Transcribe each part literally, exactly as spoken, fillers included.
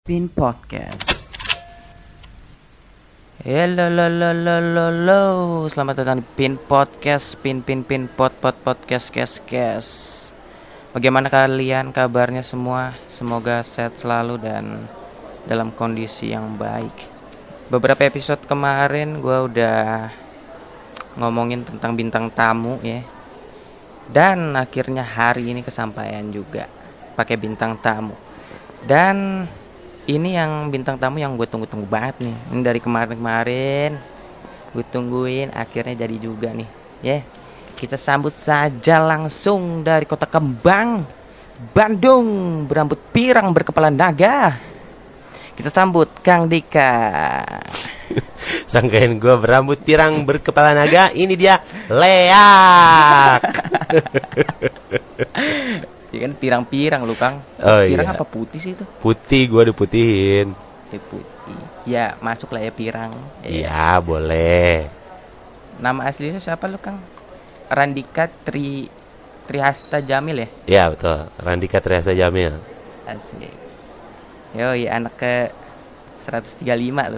Pin Podcast. Hello, lo, lo, lo, lo, lo. Selamat datang di Pin Podcast. Pin, pin, pin, pot, pot, podcast, kes, kes. Bagaimana kalian kabarnya semua? Semoga sehat selalu dan dalam kondisi yang baik. Beberapa episode kemarin gue udah ngomongin tentang bintang tamu ya. Dan akhirnya hari ini kesampaian juga pakai bintang tamu. Dan ini yang bintang tamu yang gue tunggu-tunggu banget nih. Ini dari kemarin-kemarin gue tungguin, akhirnya jadi juga nih. Ya, yeah. Kita sambut saja langsung dari Kota Kembang, Bandung, berambut pirang berkepala naga. Kita sambut Kang Dika. Sangkain gue berambut pirang berkepala naga. Ini dia Leak. Ya kan pirang-pirang lu Kang. Oh, pirang iya. Apa putih sih itu? Putih, gue diputihin. Eh, putih. Ya masuk lah ya pirang. Iya, boleh. Nama aslinya siapa lu Kang? Randika Tri Trihasta Jamil ya? Iya betul, Randika Trihasta Jamil. Asik. Yoi, anak ke seratus tiga puluh lima lu.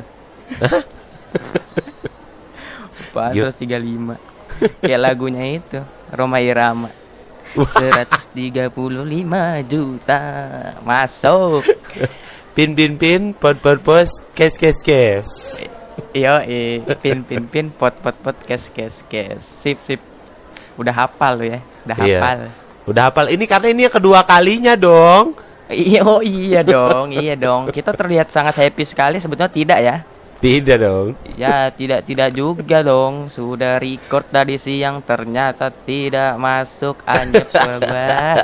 Apaan seratus tiga puluh lima? Kayak lagunya itu Roma Irama. seratus tiga puluh lima juta masuk. Pin pin pin pot pot pos kes kes kes. Yo, eh pin pin pin pot pot pot kes kes kes. Sip sip. Udah hafal lu ya. Udah hafal. Iya. Udah hafal. Ini karena ini yang kedua kalinya dong. Iya, oh iya dong, iya dong. Kita terlihat sangat happy sekali, sebetulnya tidak ya? Tidak dong. Ya, tidak tidak juga dong. Sudah record tadi siang, ternyata tidak masuk, anjep sobat.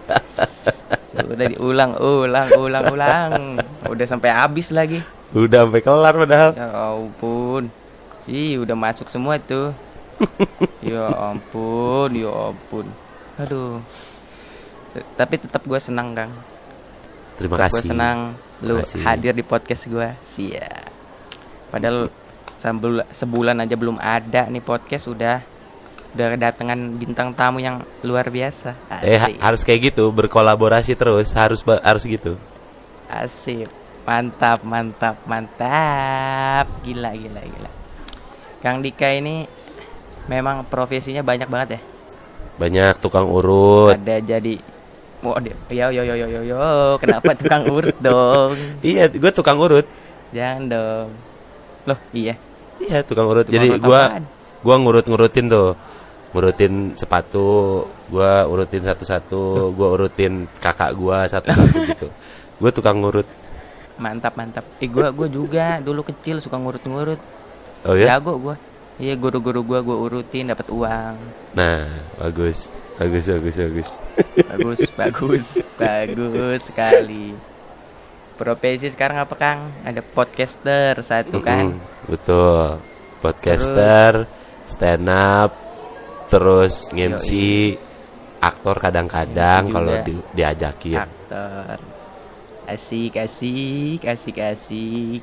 Sudah diulang, ulang, ulang, ulang. Udah sampai habis lagi. Udah sampai kelar padahal. Ya ampun. Ih, udah masuk semua tuh. Ya ampun, ya ampun. Aduh. Tapi tetap gue senang, Kang. Terima tetap kasih. Gue senang lu kasih. hadir di podcast gue. Siap. Padahal sambil sebulan aja belum ada nih podcast udah udah kedatangan bintang tamu yang luar biasa. Asik. Eh ha- harus kayak gitu, berkolaborasi terus, harus harus gitu. Asik. Mantap, mantap, mantap. Gila, gila, gila. Kang Dika ini memang profesinya banyak banget ya. Banyak tukang urut. Ada jadi oh, yo yo yo yo yo yo. Kenapa tukang urut dong? Iya, gue tukang urut. Jangan dong. Loh, iya. Iya, tukang urut. Tukang Jadi urut gua apaan? gua ngurut-ngurutin tuh. Ngurutin sepatu, gua urutin satu-satu, gua urutin kakak gua satu-satu gitu. Gua tukang ngurut. Mantap, mantap. Eh gua gua juga dulu kecil suka ngurut-ngurut. Oh ya? Jago gua. Iya, guru-guru gua gua urutin dapat uang. Nah, bagus. Bagus, bagus, bagus. Bagus, bagus. Bagus sekali. Profesi sekarang apa Kang? Ada podcaster satu kan? Mm-mm, betul. Podcaster, stand up, terus nge-M C, aktor kadang-kadang kalau di, diajakin. Aktor. Asik, asik, asik, asik.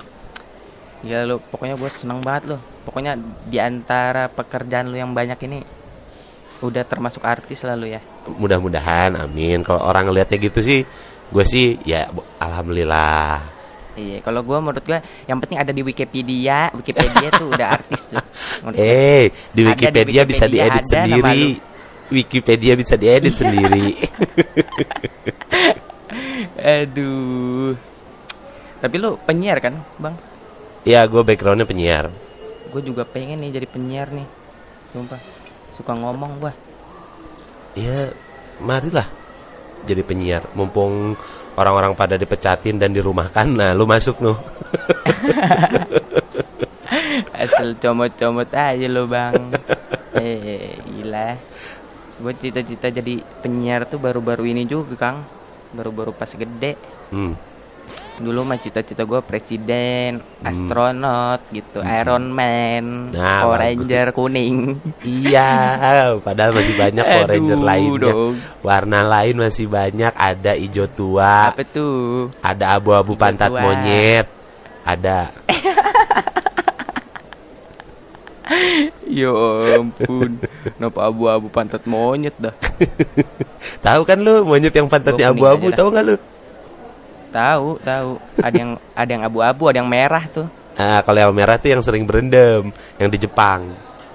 Ya lu, pokoknya gue seneng banget loh. Pokoknya di antara pekerjaan lu yang banyak ini udah termasuk artis lalu ya. Mudah-mudahan, amin. Kalau orang ngelihatnya gitu sih, gue sih ya alhamdulillah. Iya, kalau gue menurut gue yang penting ada di Wikipedia. Wikipedia tuh udah artis tuh. Eh, di Wikipedia, di Wikipedia bisa diedit sendiri. Wikipedia bisa diedit sendiri. Aduh. Tapi lu penyiar kan, Bang? Iya, gue backgroundnya penyiar. Gue juga pengen nih jadi penyiar nih. Sumpah, suka ngomong gue. Iya, marilah jadi penyiar. Mumpung orang-orang pada dipecatin dan dirumahkan, nah lu masuk noh. Asal comot-comot aja lo Bang. Eh, gila. Gue cita-cita jadi penyiar tuh baru-baru ini juga Kang. Baru-baru pas gede. Hmm. Dulu mah cita-cita gue presiden, astronot gitu, hmm. Iron Man, nah, Power Ranger kuning. Iya, padahal masih banyak Power Ranger lainnya. Dong. Warna lain masih banyak, ada hijau tua. Apa tuh? Ada abu-abu hijau pantat tua. Monyet. Ada. Ya ampun, kenapa abu-abu pantat monyet dah? Tahu kan lu monyet yang pantatnya abu-abu, tahu nggak lu? Tahu, tahu. Ada yang ada yang abu-abu, ada yang merah tuh. Nah, kalau yang merah tuh yang sering berendam, yang di Jepang.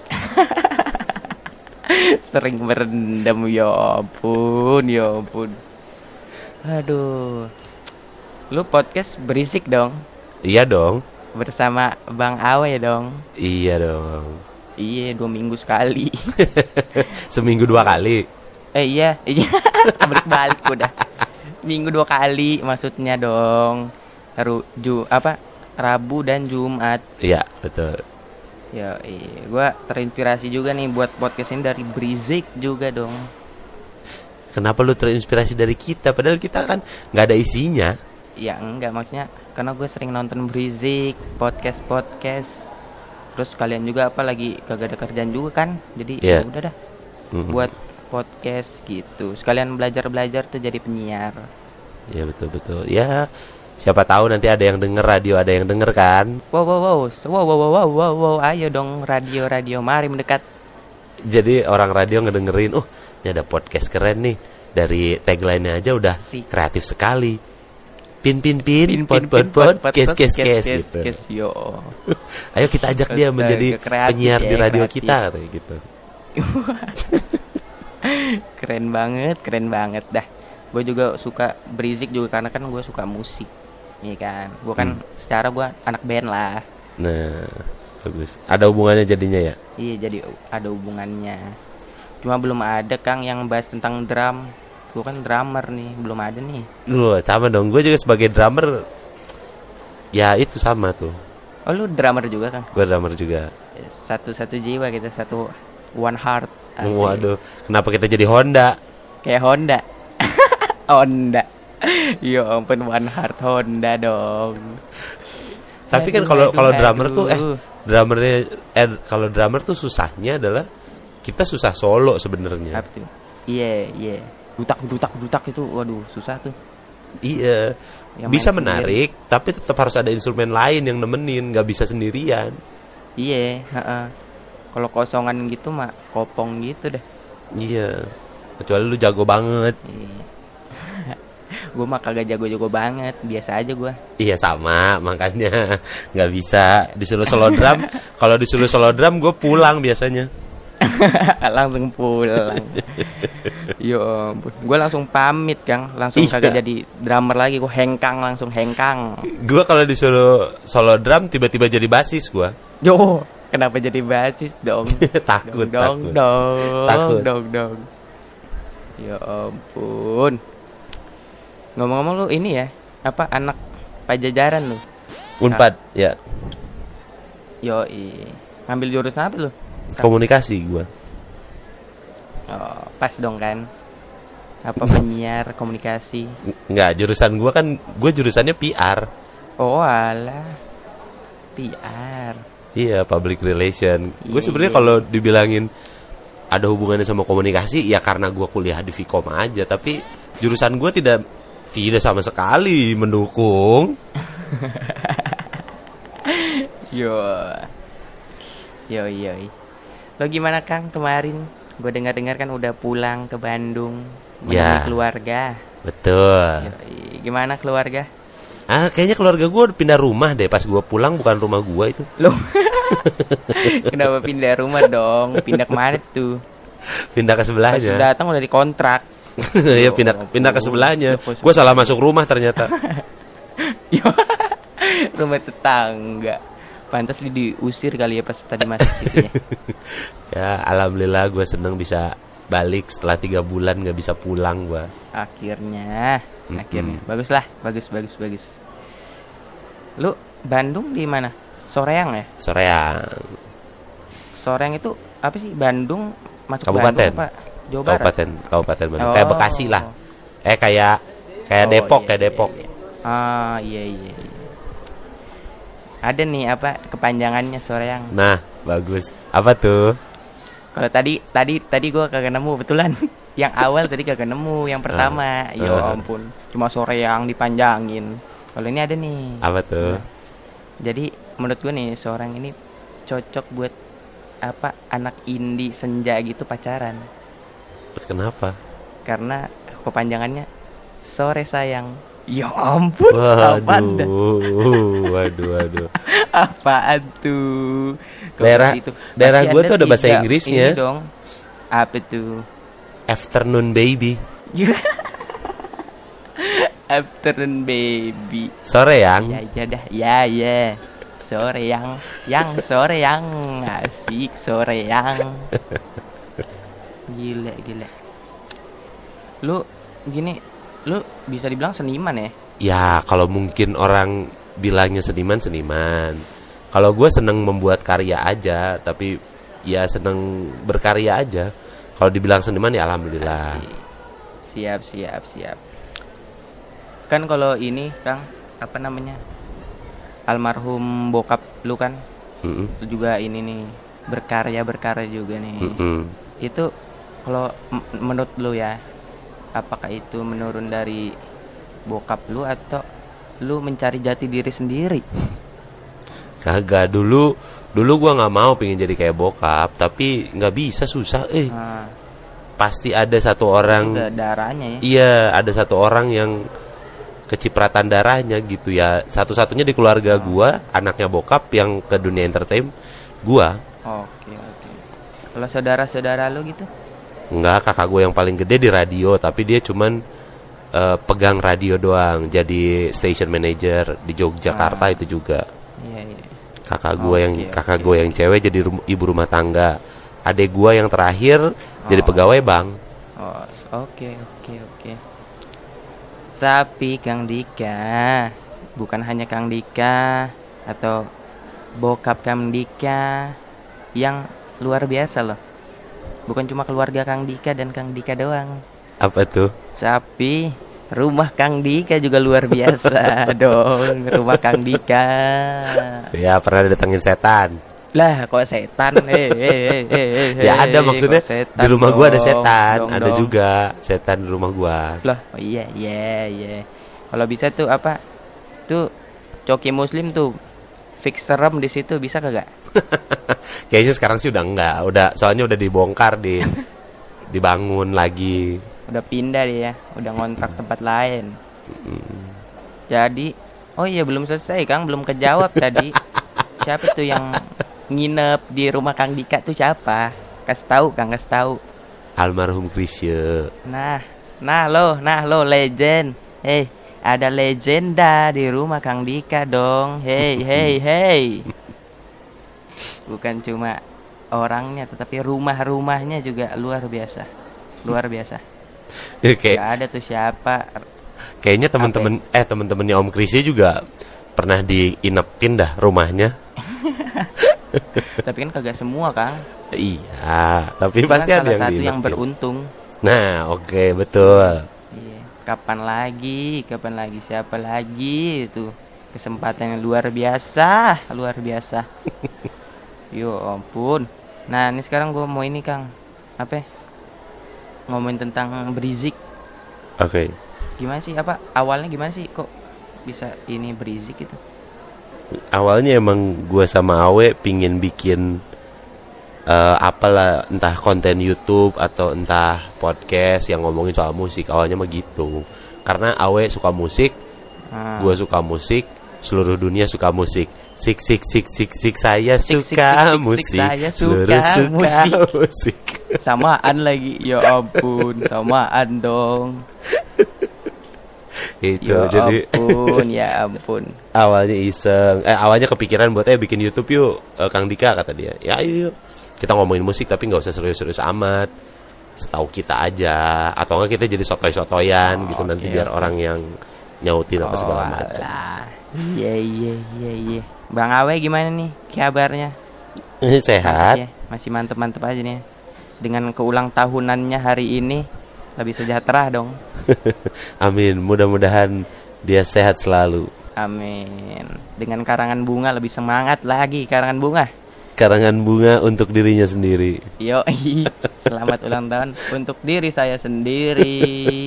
Sering berendam, ya ampun, ya ampun. Aduh. Lu podcast berisik dong. Iya dong. Bersama Bang Awe dong. Iya dong. Iya, dua minggu sekali. Seminggu dua kali. Eh iya, iya. Balik-balik udah. Minggu dua kali maksudnya dong. Ru, ju, apa? Rabu dan Jumat. Iya, betul. Ya, iya. Gua terinspirasi juga nih buat podcast ini dari Brizik juga dong. Kenapa lu terinspirasi dari kita? Padahal kita kan nggak ada isinya. Ya enggak, maksudnya karena gue sering nonton Brizik, podcast-podcast. Terus kalian juga apa lagi kagak ada kerjaan juga kan. Jadi yeah. ya udah dah. Mm-hmm. Buat podcast gitu. Sekalian belajar-belajar tuh jadi penyiar. Ya betul-betul. Ya, siapa tahu nanti ada yang denger radio, ada yang denger kan. Wow wow wow. Wow wow wow wow wow. wow. Ayo dong radio-radio, mari mendekat. Jadi orang radio ngedengerin, "Oh, ini ada podcast keren nih." Dari tagline-nya aja udah si. kreatif sekali. Pin pin pin, pod pod pod, kes kes kes gitu. Kes, yo. Ayo kita ajak dia menjadi penyiar di radio kita kayak gitu. Keren banget, keren banget dah. Gue juga suka Brizik juga karena kan gue suka musik, iya kan. Gue kan hmm. secara gue anak band lah. Nah, bagus. Ada hubungannya jadinya ya? Iya, jadi ada hubungannya. Cuma belum ada Kang yang bahas tentang drum. Gue kan drummer nih, belum ada nih. Lu sama dong. Gue juga sebagai drummer. Ya itu sama tuh. Oh lu drummer juga Kang? Gue drummer juga. Satu-satu jiwa kita, satu one heart. Asik. Waduh, kenapa kita jadi Honda? Kayak Honda. Honda. Ya ampun, one heart Honda dong. Tapi aduh, kan kalau kalau drummer tuh eh drummernya eh kalau drummer tuh susahnya adalah kita susah solo sebenarnya. Iya, iya. Dutak dutak dutak itu waduh susah tuh. Iya. Yang bisa menarik, sendiri. Tapi tetap harus ada instrumen lain yang nemenin, nggak bisa sendirian. Iya, heeh. Kalau kosongan gitu mah kopong gitu deh. Iya. Kecuali lu jago banget. Iya. Gue mah kagak jago-jago banget, biasa aja gue. Iya sama, makanya nggak bisa disuruh solo drum. Kalau disuruh solo drum gue pulang biasanya. Langsung pulang. Yo, gue langsung pamit Kang, langsung iya. Kagak jadi drummer lagi, gue hengkang langsung hengkang. Gue kalau disuruh solo drum tiba-tiba jadi basis gue. Yo. Kenapa jadi basis dong? takut, dong, takut. Dong, takut. dong, dong. Ya ampun. Ngomong-ngomong lu ini ya, apa anak Pajajaran lu? Unpad, nah. ya. Yoi. Ngambil jurusan apa lu? Komunikasi gua. Oh, pas dong kan. Apa penyiar komunikasi? Enggak, jurusan gua kan gua jurusannya P R. Oh, alah. P R. Iya, public relation. Gue sebenarnya kalau dibilangin ada hubungannya sama komunikasi, ya karena gue kuliah di Vkom aja. Tapi jurusan gue tidak tidak sama sekali mendukung. Yo, yo, yo. Lo gimana Kang kemarin? Gue dengar-dengar kan udah pulang ke Bandung menemui ya. Keluarga. Betul. Yoi. Gimana keluarga? Ah, kayaknya keluarga gue pindah rumah deh. Pas gue pulang bukan rumah gue itu. Loh. Kenapa pindah rumah dong? Pindah kemana tuh? Pindah ke sebelahnya. Pas datang udah dikontrak. Iya, pindah oh, pindah ke sebelahnya. Gue salah masuk rumah ternyata. Rumah tetangga. Pantas diusir kali ya pas tadi masuk gitu ya. Ya, alhamdulillah gue seneng bisa balik setelah tiga bulan nggak bisa pulang gue. Akhirnya. Akhirnya mm-hmm. bagus lah, bagus bagus bagus. Lu Bandung di mana? Soreang ya? Soreang. Soreang itu apa sih? Bandung masuk Kabupaten. Bandung apa? Jawa Barat. Kabupaten, Kabupaten Bandung. Oh. Kayak Bekasi lah. Eh kayak kayak oh, Depok, iya, kayak Depok. Iya, iya. Ah, iya iya iya. Ada nih apa kepanjangannya Soreang. Nah, bagus. Apa tuh? Kalau tadi tadi tadi gua kagak nemu betulan. Yang awal tadi kagak nemu, yang pertama. Uh, ya uh. ampun, cuma Soreang dipanjangin. Kalau ini ada nih. Apa tuh? Nah, jadi menurut gue nih Soreang ini cocok buat apa anak indie senja gitu pacaran. Kenapa? Karena kepanjangannya Sore Sayang. Ya ampun, apaan dah? Waduh, waduh, waduh. Apaan tuh? Kalau Daerah gitu, daerah pasti gue tuh ada bahasa tiga Inggrisnya. ini dong. Apa tuh? Afternoon baby. Afternoon baby. Sore yang. Ya ya dah, ya ya. Sore yang, yang sore yang asik sore yang. Gila gila. Lu gini, lu bisa dibilang seniman ya? Ya kalau mungkin orang bilangnya seniman seniman. Kalau gue seneng membuat karya aja, tapi ya seneng berkarya aja. Kalau dibilang seniman ya alhamdulillah. Siap siap siap. Kan kalau ini Kang, apa namanya, almarhum bokap lu kan, Mm-mm. itu juga ini nih berkarya berkarya juga nih. Mm-mm. Itu kalau m- menurut lu ya, apakah itu menurun dari bokap lu atau lu mencari jati diri sendiri? Kagak, dulu dulu gue nggak mau pengen jadi kayak bokap, tapi nggak bisa, susah. Eh Nah, pasti ada satu orang. udah darahnya ya. Iya, ada satu orang yang kecipratan darahnya gitu ya. Satu-satunya di keluarga gua, anaknya bokap yang ke dunia entertain gua. Oke oke. Kalau saudara-saudara lu gitu? Enggak, kakak gua yang paling gede di radio, tapi dia cuman eh, pegang radio doang, jadi station manager di Yogyakarta. Ah. Itu juga. Iya iya. Kakak gua yang Oke, kakak oke. gua yang cewek jadi rum- ibu rumah tangga. Adek gua yang terakhir jadi Oh. pegawai bank. Oh, oke oke oke. Tapi Kang Dika, bukan hanya Kang Dika atau bokap Kang Dika yang luar biasa loh. Bukan cuma keluarga Kang Dika dan Kang Dika doang. Apa tuh? Tapi rumah Kang Dika juga luar biasa dong. Rumah Kang Dika. Ya, pernah datengin setan. Lah kok setan? Eh eh eh eh. Ya ada, eh, maksudnya kok setan di rumah gua ada dong, setan, dong, ada dong. juga setan di rumah gua. Loh, oh iya iya iya. Kalau bisa tuh apa? Tuh Coki Muslim tuh fix serem di situ, bisa kagak? Kayaknya sekarang sih udah enggak, udah soalnya udah dibongkar, di dibangun lagi. Udah pindah dia, udah ngontrak tempat lain. Jadi, oh iya belum selesai Kang, belum kejawab tadi. Siapa tuh yang nginep di rumah Kang Dika tuh siapa? Kasih tahu Kang, kasih tahu. Almarhum Krisye. Nah, nah lo, nah lo legend. Hei, ada legenda di rumah Kang Dika dong. Hei, hei, hei. Bukan cuma orangnya, tetapi rumah-rumahnya juga luar biasa. Luar biasa. Ya, kayak Gak ada tuh siapa. kayaknya teman-teman eh teman-temannya Om Krisye juga pernah diinepin dah rumahnya. Tapi kan kagak semua Kang. Iya, tapi Cuma pasti ada salah yang satu diinepin. yang beruntung. Nah, oke, betul. Iya. Kapan lagi? Kapan lagi? Siapa lagi itu? Kesempatan yang luar biasa, luar biasa. Yo ampun. Nah, ini sekarang gue mau ini Kang. Apa? ya? Ngomongin tentang Berizik. Oke. Gimana sih? Apa awalnya gimana sih kok bisa ini Berizik itu? Awalnya emang gue sama Awe pingin bikin eh, apalah, entah konten YouTube atau entah podcast yang ngomongin soal musik. Awalnya mah gitu. Karena Awe suka musik, Nah, gue suka musik, seluruh dunia suka musik. Sik sik sik sik sik saya Sik, sik, suka sik, sik, sik, musik. saya Seluruh suka suka musik. musik. samaan lagi. Ya ampun, samaan dong. Itu Ya jadi ampun, ya ampun. awalnya iseng, eh awalnya kepikiran buat eh bikin YouTube yuk, eh, Kang Dika kata dia. Ya ayo yuk. Kita ngomongin musik tapi nggak usah serius-serius amat. Setahu kita aja, atau enggak kita jadi sotoy-sotoyan Oh, gitu nanti oke, biar oke. orang yang nyautin apa segala macam. alah. Iya iya iya iya. Bang Awe gimana nih kabarnya? Sehat. Ya, masih mantep-mantep aja nih. Dengan keulang tahunannya hari ini lebih sejahtera dong. Amin. Mudah-mudahan dia sehat selalu. Amin. Dengan karangan bunga lebih semangat lagi karangan bunga. Karangan bunga untuk dirinya sendiri. Yo, selamat ulang tahun untuk diri saya sendiri.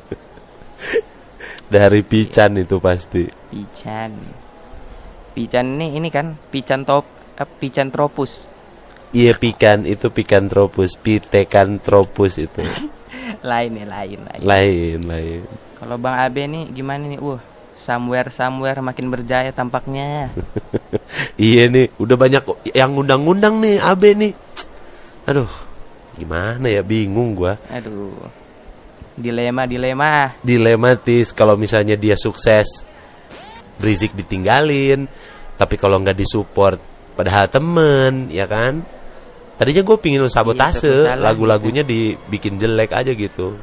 Dari Pican itu pasti. Pican. Pican ini ini kan pican top, eh, pican tropus. Iya, pikan itu Picanthropus, Pithecanthropus itu. Lain ya, lain lain. Lain, lain. Kalau Bang Abe nih gimana nih? Uh, somewhere somewhere makin berjaya tampaknya. Iya nih, udah banyak yang ngundang-ngundang nih Abe nih. Aduh, gimana ya, bingung gua. Aduh. Dilema dilema. Dilematis kalau misalnya dia sukses, Berizik ditinggalin. Tapi kalau nggak disupport, padahal temen, ya kan? Tadinya gue pingin sabotase, iya, lagu-lagunya gitu. Dibikin jelek aja gitu.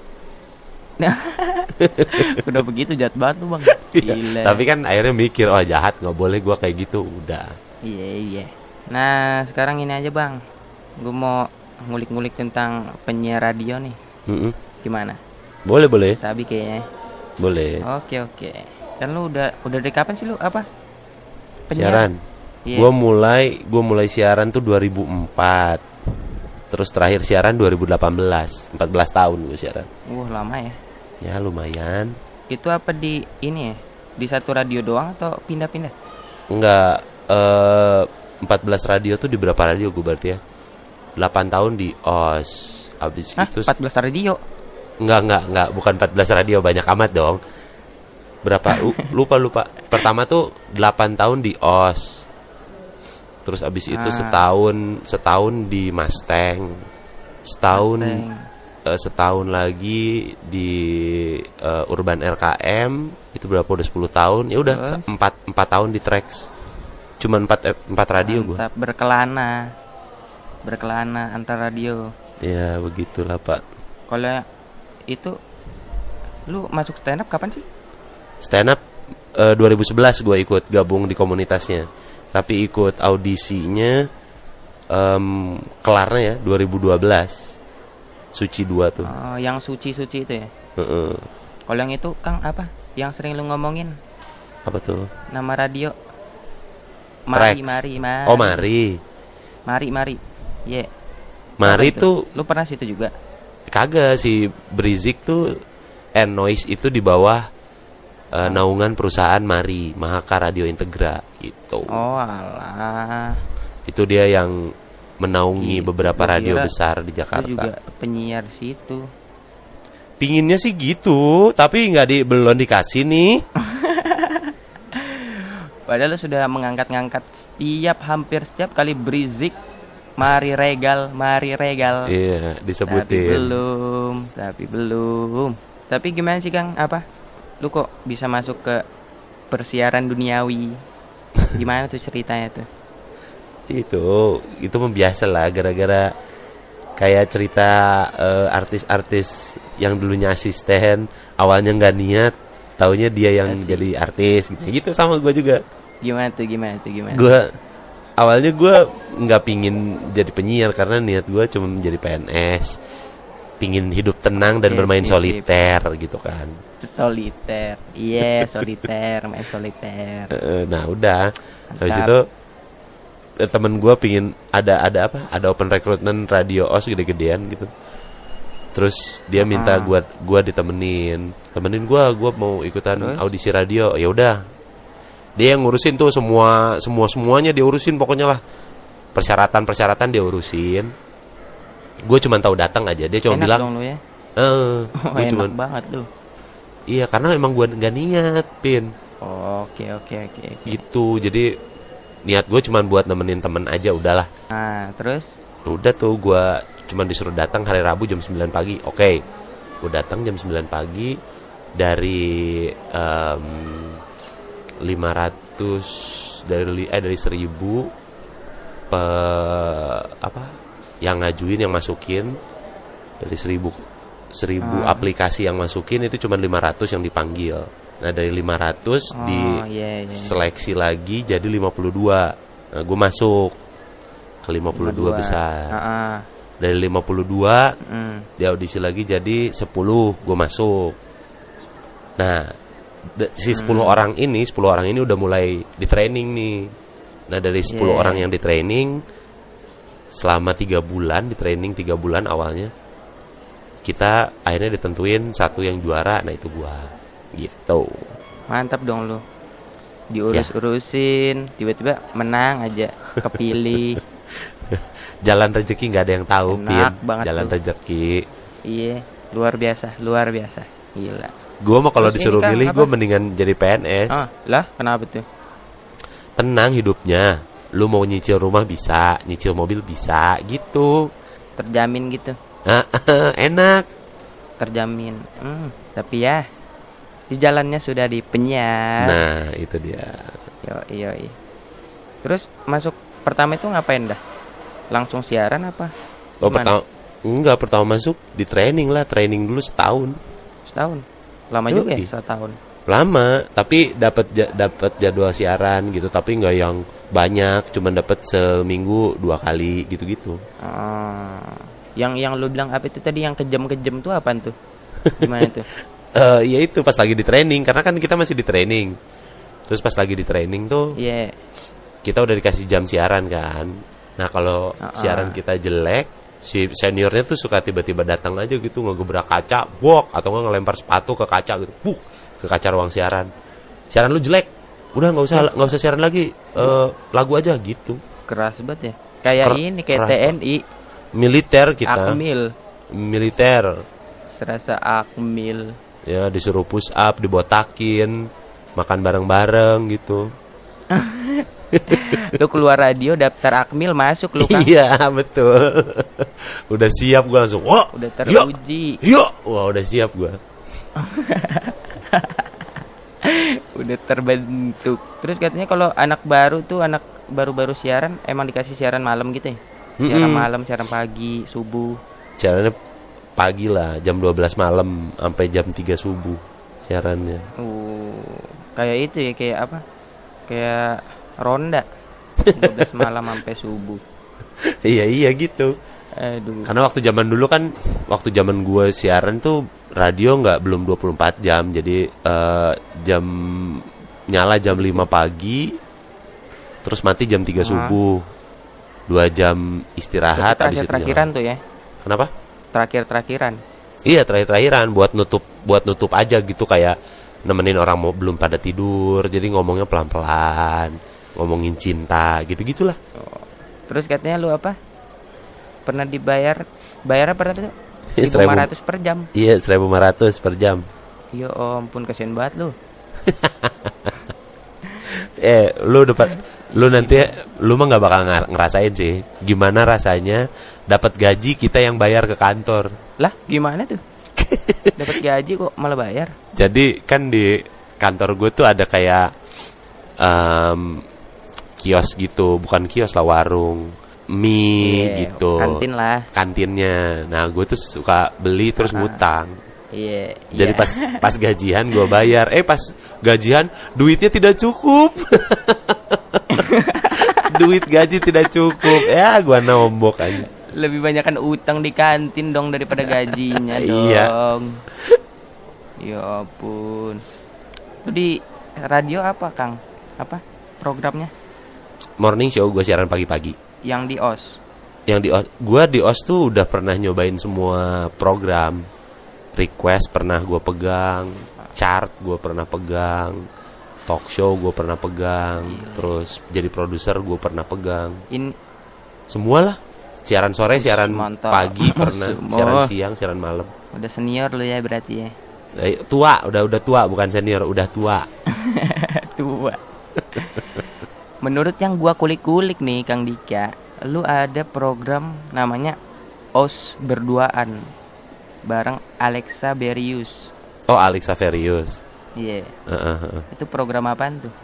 Udah begitu jahat banget tuh Bang. Gila. Tapi kan akhirnya mikir, oh jahat, nggak boleh gue kayak gitu, udah. Iya iya. Nah sekarang ini aja Bang, gue mau ngulik-ngulik tentang penyiar radio nih. Mm-mm. Gimana? Boleh boleh. Sabi kayaknya. Boleh. Oke oke. Dan lu udah udah dari kapan sih lu apa? Penyiar? Siaran. Yeah. Gue mulai gue mulai siaran tuh dua ribu empat. Terus terakhir siaran dua ribu delapan belas. empat belas tahun gue siaran. Wah, lama ya. Ya lumayan. Itu apa di ini ya? Di satu radio doang atau pindah-pindah? Enggak, eh, empat belas radio tuh di berapa radio gue berarti ya? delapan tahun di O S. Abis Hah, itu empat belas radio? Enggak, enggak, enggak, bukan empat belas radio, banyak amat dong. Berapa? lupa lupa. Pertama tuh delapan tahun di O S. Terus abis itu ah. setahun setahun di Mustang, setahun uh, setahun lagi di uh, Urban R K M, itu berapa, udah sepuluh tahun. Ya udah empat empat tahun di Trax. Cuman empat empat radio gue. Berkelana, berkelana antar radio. Ya begitulah Pak. Kalau itu, lu masuk stand up kapan sih? Stand up uh, dua ribu sebelas gue ikut gabung di komunitasnya. Tapi ikut audisinya um, kelarnya ya dua ribu dua belas. Suci dua tuh. Oh, yang suci-suci itu ya? Uh-uh. Kalau yang itu Kang apa? Yang sering lu ngomongin? Apa tuh? Nama radio. Mari, Trax. mari, mari. Oh, Mari. Mari, mari. Iya. Yeah. Mari tuh. Lu pernah situ juga? Kagak, si Berizik tuh and Noise itu di bawah Uh, naungan perusahaan Mari, Mahaka Radio Integra gitu. Oh alah. Itu dia yang menaungi gitu, beberapa radio besar di Jakarta. Itu juga penyiar situ. Pinginnya sih gitu, tapi nggak di belum dikasih nih. Padahal sudah mengangkat-ngangkat setiap hampir setiap kali Berizik, Mari Regal, Mari Regal. Iya, disebutin. Tapi belum, tapi belum. Tapi gimana sih Kang? Apa? Lu kok bisa masuk ke persiaran duniawi? Gimana tuh ceritanya tuh? Itu, itu membiasa lah, gara-gara kayak cerita uh, artis-artis yang dulunya asisten, awalnya nggak niat, taunya dia yang Asik. Jadi artis, gitu. Gitu sama gue juga. Gimana tuh, gimana tuh, gimana? Gue awalnya gue nggak pingin jadi penyiar karena niat gue cuma menjadi P N S, pingin hidup tenang dan yes, bermain yes, soliter yes. gitu kan. Soliter, iya yeah, soliter, main soliter. Nah udah, habis itu temen gue pingin ada ada apa? Ada open recruitment radio O S gede-gedean gitu. Terus dia minta uh-huh. gue gue ditemenin, temenin gue, gue mau ikutan Terus? audisi radio. Ya udah, dia yang ngurusin tuh semua semua semuanya dia urusin pokoknya lah. Persyaratan persyaratan dia urusin. Gue cuma tahu datang aja, dia cuma enak bilang. Dong lu ya? Eh, uh, gue cuma banget tuh. Iya, karena emang gue nggak niat, Pin. Oke, oke, oke. Gitu, jadi niat gue cuma buat nemenin temen aja, udahlah. Nah, terus? Udah tuh, gue cuma disuruh datang hari Rabu jam sembilan pagi. Oke, gue datang jam sembilan pagi dari um, lima ratus dari eh dari seribu pe apa? Yang ngajuin, yang masukin dari seribu seribu hmm. aplikasi yang masukin itu cuma lima ratus yang dipanggil. Nah dari lima ratus oh, di yeah, yeah. seleksi lagi jadi lima puluh dua. Nah gue masuk ke lima puluh dua besar. Uh-uh. Dari lima puluh dua mm. di audisi lagi jadi sepuluh, gue masuk. Nah d- si sepuluh mm. orang ini sepuluh orang ini udah mulai di training nih. Nah dari sepuluh yeah. orang yang di training selama tiga bulan, di training tiga bulan awalnya, kita akhirnya ditentuin satu yang juara, nah itu gua gitu. Mantap dong lu, diurus-urusin, tiba-tiba menang aja, kepilih. Jalan rezeki nggak ada yang tahu, Pin. Jalan rezeki. Iya, luar biasa, luar biasa, gila. Gue mah kalau Terus disuruh ini, Kang, milih apa? gue mendingan jadi P N S. Ah, lah kenapa tuh? Tenang hidupnya. Lu mau nyicil rumah bisa, nyicil mobil bisa gitu. Terjamin gitu. Ah, enak. Terjamin. Hmm, tapi ya di jalannya sudah dipenyat. Nah, itu dia. Yo iyo. Terus masuk pertama itu ngapain dah? Langsung siaran apa? Oh, Gimana? pertama enggak, pertama masuk di training lah, training dulu setahun. Setahun. Lama Yoi. juga ya setahun. Lama, tapi dapat ja, dapat jadwal siaran gitu, tapi nggak yang banyak, cuman dapat seminggu dua kali gitu-gitu. Ah, yang yang lu bilang apa itu tadi yang kejam-kejam tuh apaan tuh? Gimana tuh? Eh, ya itu pas lagi di training, karena kan kita masih di training. Terus pas lagi di training tuh Iya. Yeah. kita udah dikasih jam siaran kan. Nah kalau Uh-uh. siaran kita jelek, si seniornya tuh suka tiba-tiba datang aja gitu, ngegebrak kaca, bok, atau nggak ngelempar sepatu ke kaca gitu, buk, ke kaca ruang siaran. Siaran lu jelek, udah nggak usah nggak usah siaran lagi, eh, lagu aja gitu. Keras banget ya. Kayak Ker- ini kayak keras T N I. Militer kita, Akmil. militer, Serasa Akmil. ya disuruh push up, dibotakin, makan bareng-bareng gitu. Lu keluar radio daftar Akmil masuk lu kan. Iya betul. Udah siap gue langsung. Wah, Udah teruji. Iya, wah udah siap gue. Udah terbentuk. Terus katanya kalau anak baru tuh anak baru-baru siaran emang dikasih siaran malam gitu ya. Siaran Mm-mm. malam, siaran pagi, subuh. Siarannya pagi lah, jam dua belas malam sampai jam tiga subuh siarannya. Uh, kayak itu ya, kayak apa? Kayak ronda. dua belas malam sampai subuh. Iya iya gitu. Aduh. Karena waktu zaman dulu kan, waktu zaman gue siaran tuh radio nggak belum dua puluh empat jam, jadi eh, jam nyala jam lima pagi, terus mati jam tiga Ah. subuh, dua jam istirahat, habis itu terakhir-terakhiran nyala. tuh ya. Kenapa? Terakhir-terakhiran. Iya terakhir-terakhiran buat nutup buat nutup aja gitu, kayak nemenin orang mau belum pada tidur, jadi ngomongnya pelan-pelan, ngomongin cinta gitu-gitulah. Terus katanya lu apa? Pernah dibayar bayar apa tadi tuh? Seribu- seribu lima ratus per jam. Iya seribu lima ratus per jam. Ya ampun, kasihan banget lu. Eh lu dapat lu nanti lu mah nggak bakal ngar- ngerasain sih gimana rasanya dapat gaji kita yang bayar ke kantor. Lah, gimana tuh? Dapat gaji kok malah bayar? Jadi kan di kantor gue tuh ada kayak em, kios gitu, bukan kios lah, warung mie Iya, gitu, kantin lah. kantinnya. Nah gue tuh suka beli terus Ah. ngutang. Iya. Jadi iya. pas pas gajian gue bayar, eh pas gajian duitnya tidak cukup. Duit gaji tidak cukup. Ya gue nombok aja. Lebih banyak kan utang di kantin dong daripada gajinya dong. Iya. Ya ampun. Lu di radio apa, Kang? Apa programnya? Morning show, gue siaran pagi-pagi. Yang di O S. Yang di O S, gue di O S tuh udah pernah nyobain semua program. Request pernah gue pegang, chart gue pernah pegang, talk show gue pernah pegang, terus jadi produser gue pernah pegang. In Semua lah. Siaran sore, siaran Mantap. pagi pernah, Semua. siaran siang, siaran malam. udah senior lu ya berarti ya. Eh, tua, udah udah tua, bukan senior, udah tua. Tua. Menurut yang gua kulik-kulik nih Kang Dika, lu ada program namanya O S berduaan bareng Alexa Berius. Oh, Alexa Verius. Iya. Heeh, heeh. Itu program apaan tuh?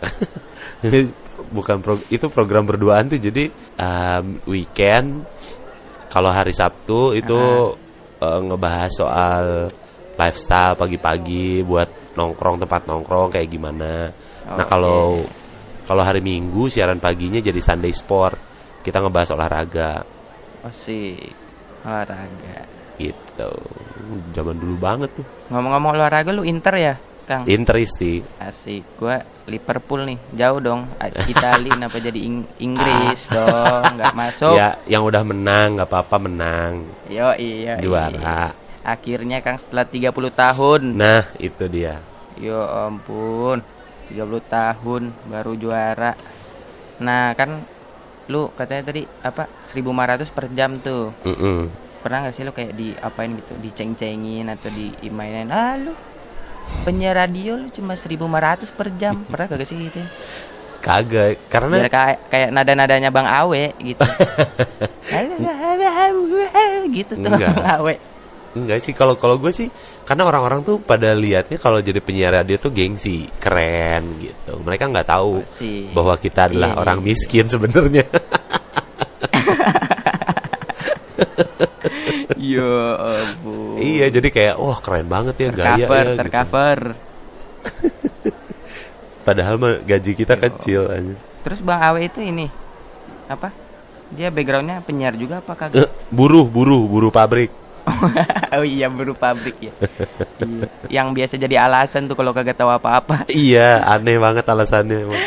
Bukan pro, itu program berduaan tuh, jadi um, weekend kalau hari Sabtu itu uh, ngebahas soal lifestyle pagi-pagi buat nongkrong, tempat nongkrong kayak gimana. Nah Oke. kalau kalau hari Minggu siaran paginya jadi Sunday Sport, kita ngebahas olahraga Oh sih, olahraga. gitu. Zaman dulu banget tuh. Ngomong-ngomong olahraga, lu Inter ya, Kang? Interisti. Asik, gua Liverpool nih, jauh dong. Itali kenapa jadi Ing- Inggris dong, nggak masuk. Ya, yang udah menang nggak apa-apa, menang. Yo iya. Juara. Akhirnya Kang setelah tiga puluh tahun. Nah, itu dia. Yo ampun, tiga puluh tahun baru juara. Nah kan lu katanya tadi apa seribu lima ratus per jam tuh. Mm-mm. Pernah gak sih lu kayak di apain gitu, diceng-cengin atau diimainin? Ah lu penyiar radio lu cuma seribu lima ratus per jam. Pernah kagak sih gitu? Kagak, karena Biar kayak kayak nada-nadanya Bang Awe gitu. Gitu tuh Enggak. Bang Awe. enggak sih, kalau kalau gue sih karena orang-orang tuh pada lihatnya kalau jadi penyiar radio tuh gengsi, keren gitu. Mereka nggak tahu Pasti. bahwa kita adalah Iya, orang iya. miskin sebenarnya. Yo ampun. Iya, jadi kayak wah keren banget ya gaya Tercover, ya. Gitu. tercover. Padahal mah gaji kita kecil aja. Terus Bang Awe itu ini apa? Dia backgroundnya penyiar juga apa kagak? Eh, buruh, buruh, buruh pabrik. Oh iya, buruh pabrik ya. Iya. Yang biasa jadi alasan tuh kalau kagak tahu apa-apa. Iya, aneh banget alasannya emang.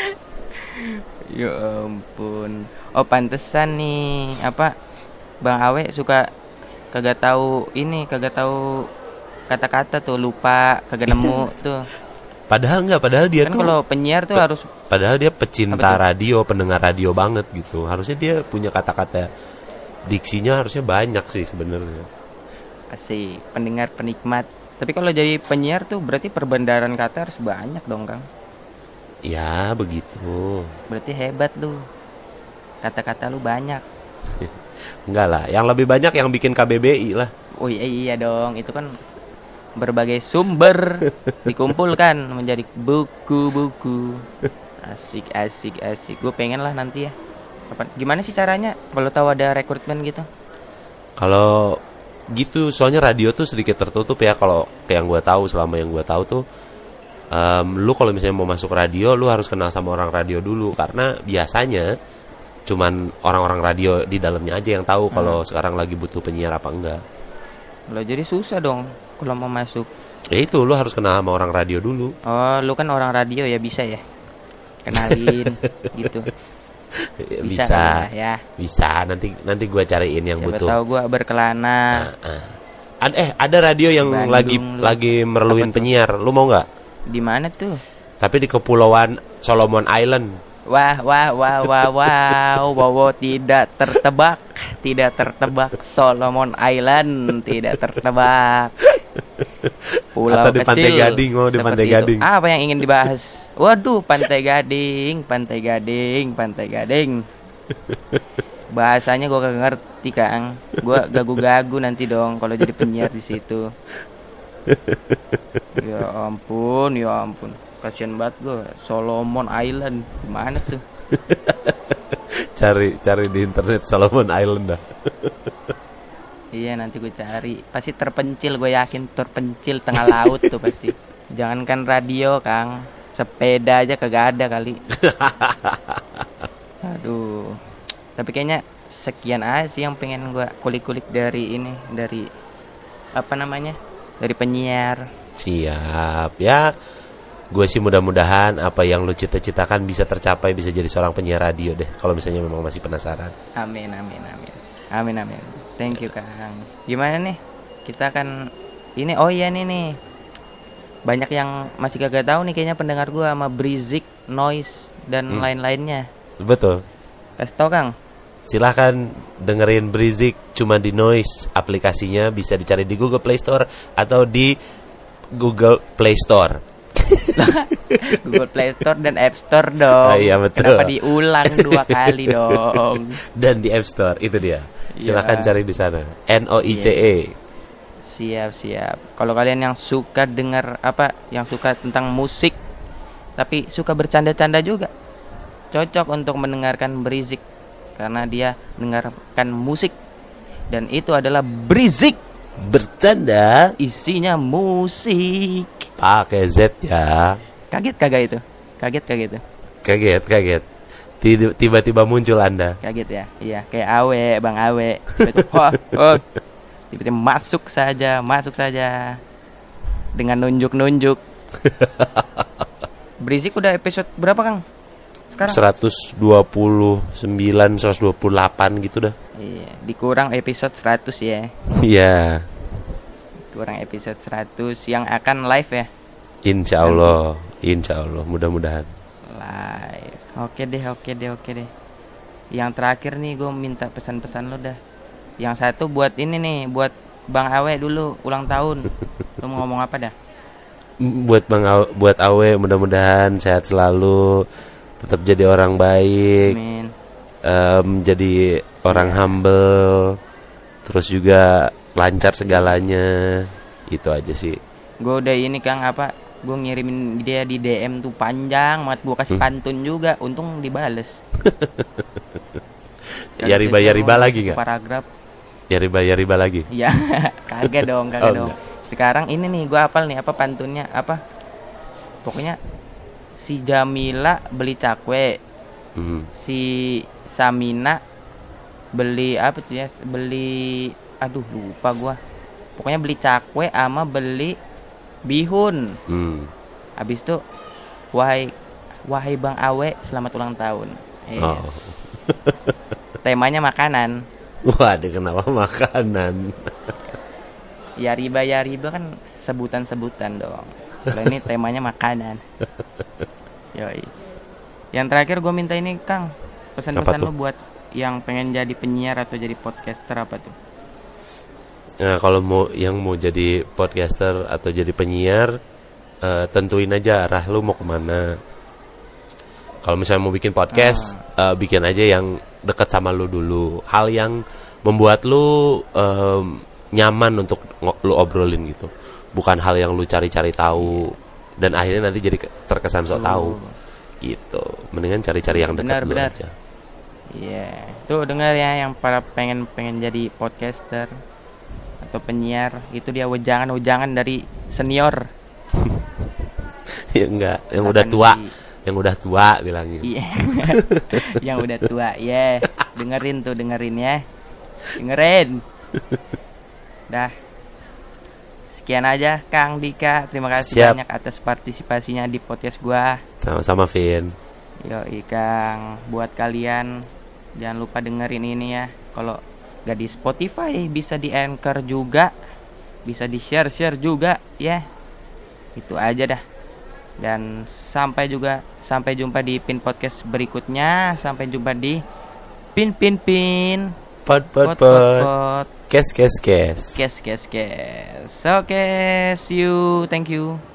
Ya ampun. Oh pantesan nih apa Bang Awe suka kagak tahu ini, kagak tahu kata-kata tuh, lupa, kagak nemu tuh. Padahal enggak, padahal dia Kan tuh kalau penyiar tuh harus padahal dia pecinta Apa tuh? radio, pendengar radio banget gitu. Harusnya dia punya kata-kata diksinya harusnya banyak sih sebenarnya. asik, pendengar penikmat. Tapi kalau jadi penyiar tuh berarti perbendaharaan kata harus banyak dong, Kang. Ya, begitu. Berarti hebat lu. Kata-kata lu banyak. Enggak lah, yang lebih banyak yang bikin K B B I lah. Oh iya, iya dong, itu kan berbagai sumber dikumpulkan menjadi buku-buku. Asik, asik, asik. Gue pengen lah nanti ya. Kapan? Gimana sih caranya? Kalau tahu ada rekrutmen gitu? Kalau gitu, soalnya radio tuh sedikit tertutup ya. Kalau kayak yang gue tahu, selama yang gue tahu tuh, um, lu kalau misalnya mau masuk radio, lu harus kenal sama orang radio dulu. Karena biasanya cuman orang-orang radio di dalamnya aja yang tahu kalau sekarang lagi butuh penyiar apa enggak. Lo jadi susah dong kalau mau masuk. Ya itu, lu harus kenal sama orang radio dulu. Oh, lu kan orang radio ya, bisa ya? Kenalin gitu. Ya, Bisa, bisa, kali ya, ya. bisa. Nanti nanti gue cariin yang Siapa butuh. tahu gua berkelana. Ad, eh ada radio yang Bandung, lagi lu. lagi merluin Apa tuh? penyiar. Lu mau nggak? Di mana tuh? Tapi di kepulauan Solomon Island. Wah, wah, wah, wah, wow, wow, wow, tidak tertebak, tidak tertebak. Solomon Island tidak tertebak. Pulau Atau di kecil. Pantai Gading, mau di seperti Pantai itu. Gading. Apa yang ingin dibahas? Waduh, Pantai Gading, Pantai Gading, Pantai Gading. Bahasanya gua kagak ngerti, Kang. Gua gagu-gagu nanti dong kalau jadi penyiar di situ. Ya ampun, ya ampun. Kasian banget gue. Solomon Island gimana tuh? Cari cari di internet Solomon Island dah. Iya, nanti gue cari. Pasti terpencil, gue yakin terpencil tengah laut tuh pasti. Jangankan radio, Kang, sepeda aja kagak ada kali. Aduh. Tapi kayaknya sekian aja sih yang pengen gue kulik-kulik dari ini, dari apa namanya? Dari penyiar. Siap ya. Gue sih mudah-mudahan apa yang lu cita-citakan bisa tercapai, bisa jadi seorang penyiar radio deh. Kalau misalnya memang masih penasaran. Amin, amin, amin. Amin, amin. Thank you, Kang. Gimana nih? Kita kan ini, oh iya nih nih. Banyak yang masih kagak tahu nih kayaknya pendengar gua sama Brizik, Noise dan Hmm. lain-lainnya. Betul. Kasih tau, Kang. Silahkan dengerin Brizik cuma di Noise. Aplikasinya bisa dicari di Google Play Store atau di Google Play Store. Google Play Store dan App Store dong. Ah, iya, betul. Kenapa diulang dua kali dong? Dan di App Store, itu dia. Silahkan Iya. cari di sana. N O I C E. Siap, siap. Kalau kalian yang suka dengar apa, yang suka tentang musik tapi suka bercanda-canda juga, cocok untuk mendengarkan Brizik karena dia mendengarkan musik dan itu adalah Brizik. Bercanda Isinya musik. pakai Z ya. Kaget kagak itu? Kaget kagak itu? Kaget, kaget. Tid- Tiba-tiba muncul Anda. Kaget ya? Iya, kayak Awe, Bang Awe. Tiba-tiba, oh, oh. Tiba-tiba masuk saja, masuk saja. Dengan nunjuk-nunjuk. Brizik udah episode berapa, Kang? Sekarang? seratus dua puluh sembilan, seratus dua puluh delapan gitu dah. Iya, dikurang episode seratus ya. Iya. Kurang episode seratus yang akan live ya. Insya Allah, insya Allah, mudah-mudahan. Live. Oke deh, oke deh, oke deh. Yang terakhir nih gue minta pesan-pesan lo dah. Yang satu buat ini nih, buat Bang Awe dulu ulang tahun. Lo mau ngomong apa dah? buat Bang Awe, buat Awe mudah-mudahan sehat selalu, tetap jadi orang baik. Amin. Um, jadi orang humble, terus juga lancar segalanya. Itu aja sih. Gue udah ini Kang apa? Gue ngirimin dia di D M tuh panjang banget, gue kasih Hmm? pantun juga, untung dibales. Ya riba ya riba lagi nggak? Paragraf. Ya riba ya riba lagi. Iya, kagak dong, kagak Oh, dong. enggak. Sekarang ini nih gue hafal nih apa pantunnya apa? Pokoknya si Jamila beli cakwe, Hmm. si Samina beli apa tuh ya? Beli aduh lupa gua. Pokoknya beli cakwe sama beli bihun. Hmm. Habis itu wahai wahai Bang Awe selamat ulang tahun. Yes. Oh. Temanya makanan. Waduh, kenapa makanan? Ya riba ya riba kan sebutan-sebutan dong. Kalau ini temanya makanan. Yoi. Yang terakhir gue minta ini Kang, pesan-pesan Apa tuh? lu buat yang pengen jadi penyiar atau jadi podcaster apa tuh? Nah, kalau mau yang mau jadi podcaster atau jadi penyiar, eh, tentuin aja arah lu mau kemana. Kalau misalnya mau bikin podcast, eh, bikin aja yang dekat sama lu dulu. Hal yang membuat lu em, nyaman untuk ngo- lu obrolin gitu. Bukan hal yang lu cari-cari tahu dan akhirnya nanti jadi ke- terkesan sok tahu. Gitu. Mendingan cari-cari yang dekat Benar, dulu benar. aja. Iya, tuh dengar ya yang para pengen pengen jadi podcaster atau penyiar, itu dia wejangan-wejangan dari senior. Ya enggak, yang Akan udah tua, di- yang udah tua bilangin. Iya. Yang udah tua, ya. Dengerin tuh, dengerin ya. Dengerin. Dah. Sekian aja Kang Dika. Terima kasih Siap. banyak atas partisipasinya di podcast gua. Sama-sama Vin. Yoi Kang, buat kalian jangan lupa dengerin ini ya. Kalau gak di Spotify bisa di Anchor juga, bisa di share-share juga ya. Itu aja dah. Dan sampai juga sampai jumpa di Pin Podcast berikutnya. Sampai jumpa di Pin Pin Pin Pot pot Pot Pot pot. Pot Kes kes kes. Kes kes kes. Oke, see you. Thank you.